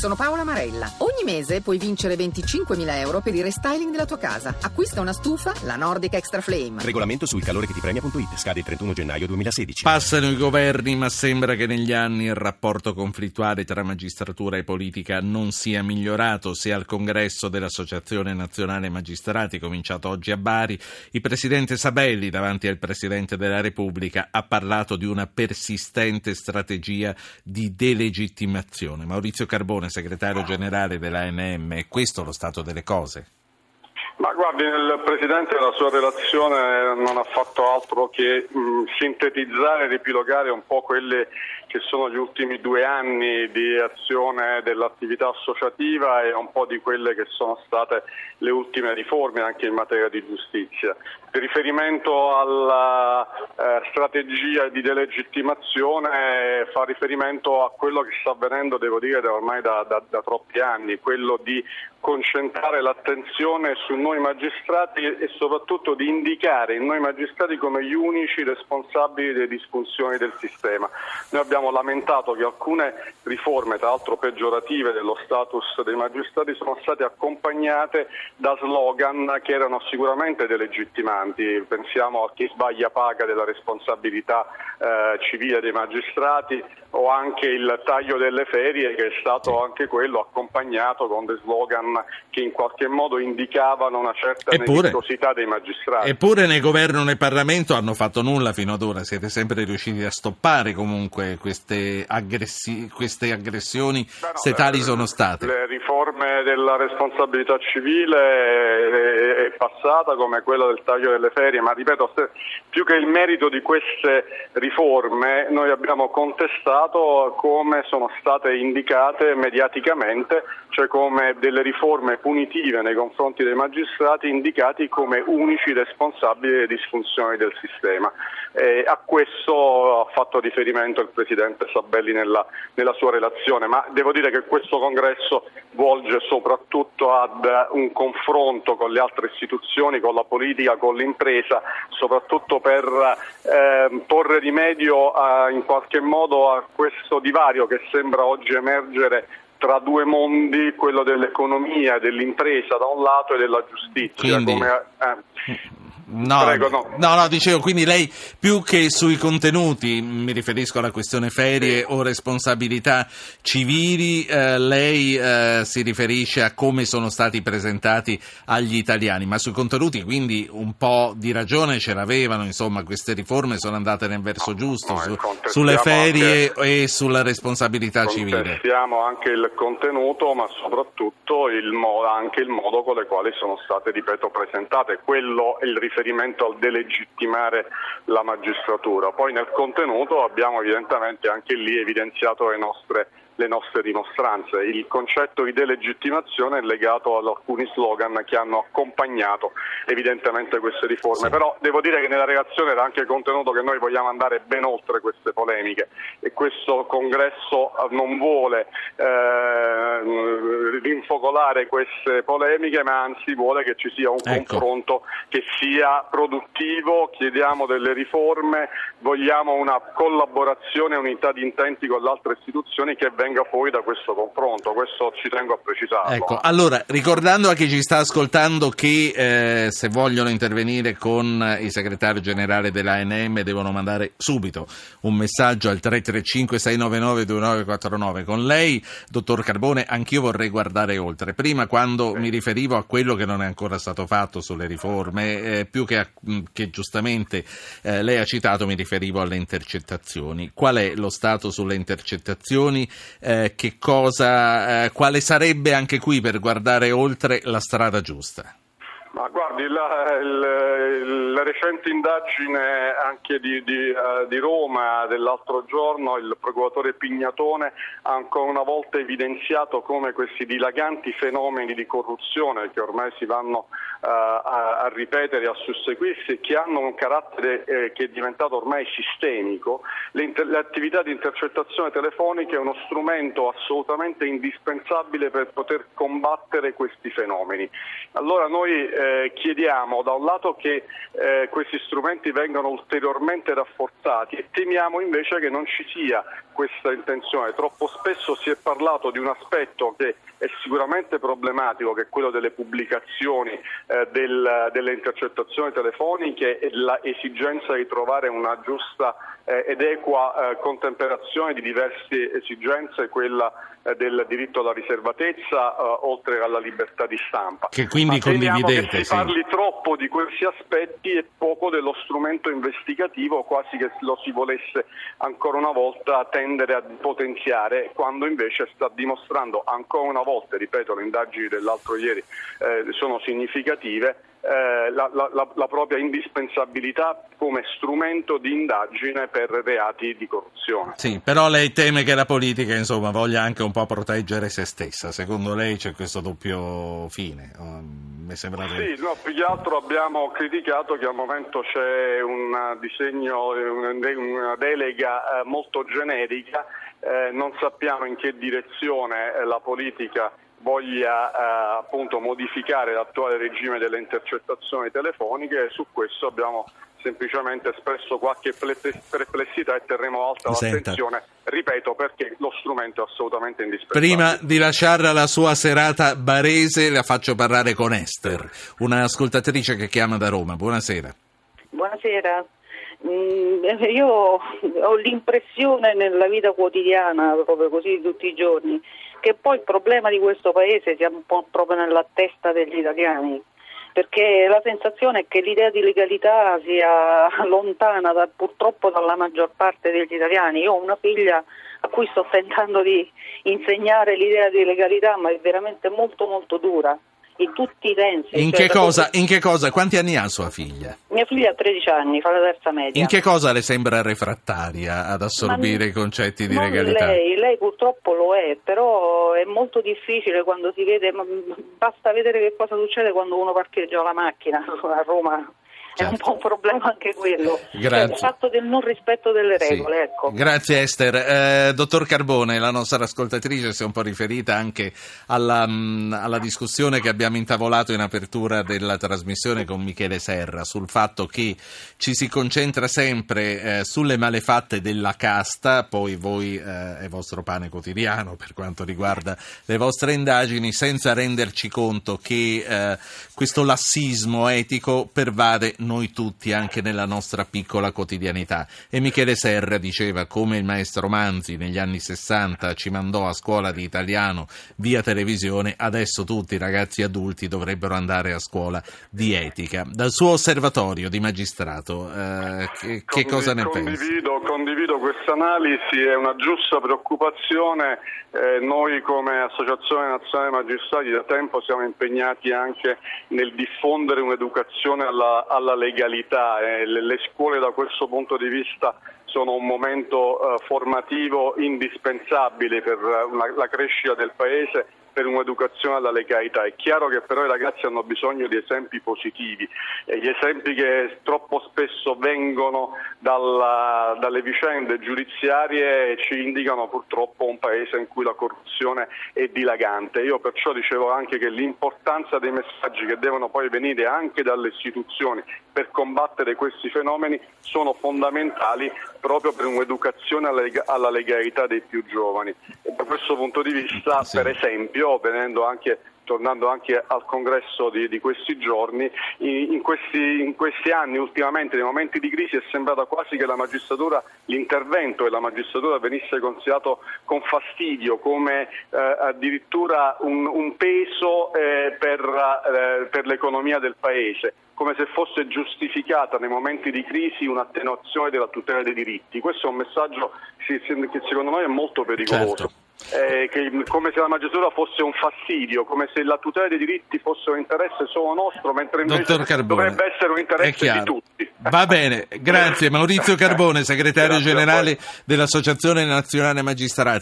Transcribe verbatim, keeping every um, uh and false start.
sono Paola Marella. Ogni mese puoi vincere venticinquemila euro per il restyling della tua casa. Acquista una stufa, la Nordic Extra Flame. Regolamento sul calore che ti premia punto it. Scade il trentuno gennaio duemilasedici. Passano i governi, ma sembra che negli anni il rapporto conflittuale tra magistratura e politica non sia migliorato. Sia al congresso dell'Associazione Nazionale Magistrati, cominciato oggi a Bari, il presidente Sabelli, davanti al Presidente della Repubblica, ha parlato di una persistente strategia di delegittimazione. Maurizio Carbone, segretario generale dell'A N M, è questo lo stato delle cose? Ma guardi, il Presidente nella sua relazione non ha fatto altro che mh, sintetizzare e riepilogare un po' quelli che sono gli ultimi due anni di azione dell'attività associativa e un po' di quelle che sono state le ultime riforme anche in materia di giustizia. Il riferimento alla eh, strategia di delegittimazione fa riferimento a quello che sta avvenendo, devo dire, da ormai da, da, da troppi anni, quello di concentrare l'attenzione su noi magistrati e soprattutto di indicare noi magistrati come gli unici responsabili delle disfunzioni del sistema. Noi abbiamo lamentato che alcune riforme, tra l'altro peggiorative, dello status dei magistrati sono state accompagnate da slogan che erano sicuramente delegittimanti. Pensiamo a chi sbaglia paga della responsabilità eh, civile dei magistrati, o anche il taglio delle ferie, che è stato anche quello accompagnato con dei slogan che in qualche modo indicavano una certa nettosità dei magistrati. Eppure né governo né Parlamento hanno fatto nulla fino ad ora. Siete sempre riusciti a stoppare comunque queste, aggressi- queste aggressioni, Beh no, se tali le, sono state. Le riforme della responsabilità civile è, è passata, come quella del taglio delle ferie, ma ripeto, se, più che il merito di queste riforme, noi abbiamo contestato come sono state indicate mediaticamente, cioè come delle riforme punitive nei confronti dei magistrati indicati come unici responsabili delle disfunzioni del sistema. E a questo ha fatto riferimento il Presidente Sabelli nella, nella sua relazione, ma devo dire che questo congresso volge soprattutto ad un confronto con le altre istituzioni, con la politica, con l'impresa, soprattutto per eh, porre rimedio a, in qualche modo a questo divario che sembra oggi emergere tra due mondi, quello dell'economia, dell'impresa da un lato e della giustizia. Quindi... Come, eh, No, Prego, no. no, no, dicevo, quindi lei più che sui contenuti, mi riferisco alla questione ferie sì. o responsabilità civili, eh, lei eh, si riferisce a come sono stati presentati agli italiani, ma sui contenuti quindi un po' di ragione ce l'avevano, insomma queste riforme sono andate nel verso no, giusto, no, su, sulle ferie anche, e sulla responsabilità civile. Contestiamo anche il contenuto, ma soprattutto il mo- anche il modo con le quali sono state, ripeto, presentate. Quello è il riferimento al delegittimare la magistratura. Poi nel contenuto abbiamo evidentemente anche lì evidenziato le nostre le nostre dimostranze. Il concetto di delegittimazione è legato ad alcuni slogan che hanno accompagnato evidentemente queste riforme, sì. Però devo dire che nella relazione era anche contenuto che noi vogliamo andare ben oltre queste polemiche e questo congresso non vuole eh, rinfocolare queste polemiche, ma anzi vuole che ci sia un ecco. confronto che sia produttivo. Chiediamo delle riforme, vogliamo una collaborazione, unità di intenti con le altre istituzioni che venga fuori da questo confronto, questo ci tengo a precisarlo. Ecco, allora, ricordando a chi ci sta ascoltando che eh, se vogliono intervenire con il segretario generale dell'A N M devono mandare subito un messaggio al tre tre cinque sei nove nove due nove quattro nove. Con lei, dottor Carbone, anch'io vorrei guardare oltre. Prima, quando sì. mi riferivo a quello che non è ancora stato fatto sulle riforme, eh, più che, a, che giustamente eh, lei ha citato, mi riferivo alle intercettazioni. Qual è lo stato sulle intercettazioni? Eh, che cosa, eh, quale sarebbe anche qui, per guardare oltre, la strada giusta? Ma guardi, la, il, la recente indagine anche di, di, uh, di Roma dell'altro giorno, il procuratore Pignatone ha ancora una volta evidenziato come questi dilaganti fenomeni di corruzione che ormai si vanno uh, a, a ripetere e a susseguirsi, che hanno un carattere eh, che è diventato ormai sistemico. Le, inter- le attività di intercettazione telefonica è uno strumento assolutamente indispensabile per poter combattere questi fenomeni. Allora noi eh, chiediamo da un lato che eh, questi strumenti vengano ulteriormente rafforzati e temiamo invece che non ci sia questa intenzione. Troppo spesso si è parlato di un aspetto che è sicuramente problematico, che è quello delle pubblicazioni, eh, del, delle intercettazioni telefoniche e l'esigenza di trovare una giusta eh, ed equa eh, contemperazione di diverse esigenze, quella eh, del diritto alla riservatezza, eh, oltre alla libertà di stampa. Che quindi Ma condividete, che si sì. parli troppo di questi aspetti e poco dello strumento investigativo, quasi che lo si volesse ancora una volta tendere a potenziare, quando invece sta dimostrando ancora una volta, ripeto, le indagini dell'altro ieri eh, sono significative, eh, la, la, la propria indispensabilità come strumento di indagine per reati di corruzione. Sì, però lei teme che la politica, insomma, voglia anche un po' proteggere se stessa. Secondo lei c'è questo doppio fine? Um, mi sembra che... Sì, no, più che altro abbiamo criticato che al momento c'è un disegno, una delega eh, molto generica, eh, non sappiamo in che direzione eh, la politica voglia eh, appunto modificare l'attuale regime delle intercettazioni telefoniche, e su questo abbiamo semplicemente espresso qualche perplessità e terremo alta Senta. l'attenzione, ripeto, perché lo strumento è assolutamente indispensabile. Prima di lasciarla la sua serata barese, la faccio parlare con Esther, un'ascoltatrice che chiama da Roma. Buonasera. Buonasera. Mm, io ho l'impressione nella vita quotidiana, proprio così tutti i giorni, che poi il problema di questo paese sia un po' proprio nella testa degli italiani, perché la sensazione è che l'idea di legalità sia lontana da, purtroppo dalla maggior parte degli italiani. Io ho una figlia a cui sto tentando di insegnare l'idea di legalità, ma è veramente molto molto dura, in tutti i sensi. In cioè, che cosa? In che cosa? Quanti anni ha sua figlia? Mia figlia ha tredici anni, fa la terza media. In che cosa le sembra refrattaria ad assorbire Ma i concetti di non legalità? Lei, lei purtroppo lo è, però è molto difficile quando si vede, ma basta vedere che cosa succede quando uno parcheggia la macchina a Roma. Certo. È un po' un problema anche quello. Grazie. Cioè, il fatto del non rispetto delle regole, sì. ecco. Grazie Esther. Eh, dottor Carbone, la nostra ascoltatrice si è un po' riferita anche alla, mh, alla discussione che abbiamo intavolato in apertura della trasmissione con Michele Serra sul fatto che ci si concentra sempre eh, sulle malefatte della casta, poi voi eh, è vostro pane quotidiano per quanto riguarda le vostre indagini, senza renderci conto che eh, questo lassismo etico pervade noi tutti anche nella nostra piccola quotidianità. E Michele Serra diceva come il maestro Manzi negli anni sessanta ci mandò a scuola di italiano via televisione, adesso tutti i ragazzi adulti dovrebbero andare a scuola di etica. Dal suo osservatorio di magistrato eh, che, che cosa ne pensa? Condivido, condivido questa analisi, è una giusta preoccupazione. Eh, noi come Associazione Nazionale Magistrati da tempo siamo impegnati anche nel diffondere un'educazione alla, alla legalità. Eh, le, le scuole da questo punto di vista sono un momento eh, formativo indispensabile per una, la crescita del Paese, per un'educazione alla legalità. È chiaro che però i ragazzi hanno bisogno di esempi positivi, e gli esempi che troppo spesso vengono dalla, dalle vicende giudiziarie ci indicano purtroppo un paese in cui la corruzione è dilagante. Io perciò dicevo anche che l'importanza dei messaggi che devono poi venire anche dalle istituzioni per combattere questi fenomeni sono fondamentali proprio per un'educazione alla legalità dei più giovani. E da questo punto di vista, sì. per esempio, venendo anche tornando anche al congresso di, di questi giorni, in, in, questi, in questi anni ultimamente, nei momenti di crisi, è sembrata quasi che la magistratura, l'intervento della magistratura venisse considerato con fastidio, come eh, addirittura un, un peso eh, per, eh, per l'economia del Paese, come se fosse giustificata nei momenti di crisi un'attenuazione della tutela dei diritti. Questo è un messaggio che secondo noi è molto pericoloso. Certo. Eh, che, come se la magistratura fosse un fastidio, come se la tutela dei diritti fosse un interesse solo nostro, mentre invece dovrebbe essere un interesse di tutti. Va bene, grazie. Maurizio Carbone, segretario Grazie generale dell'Associazione Nazionale Magistrati.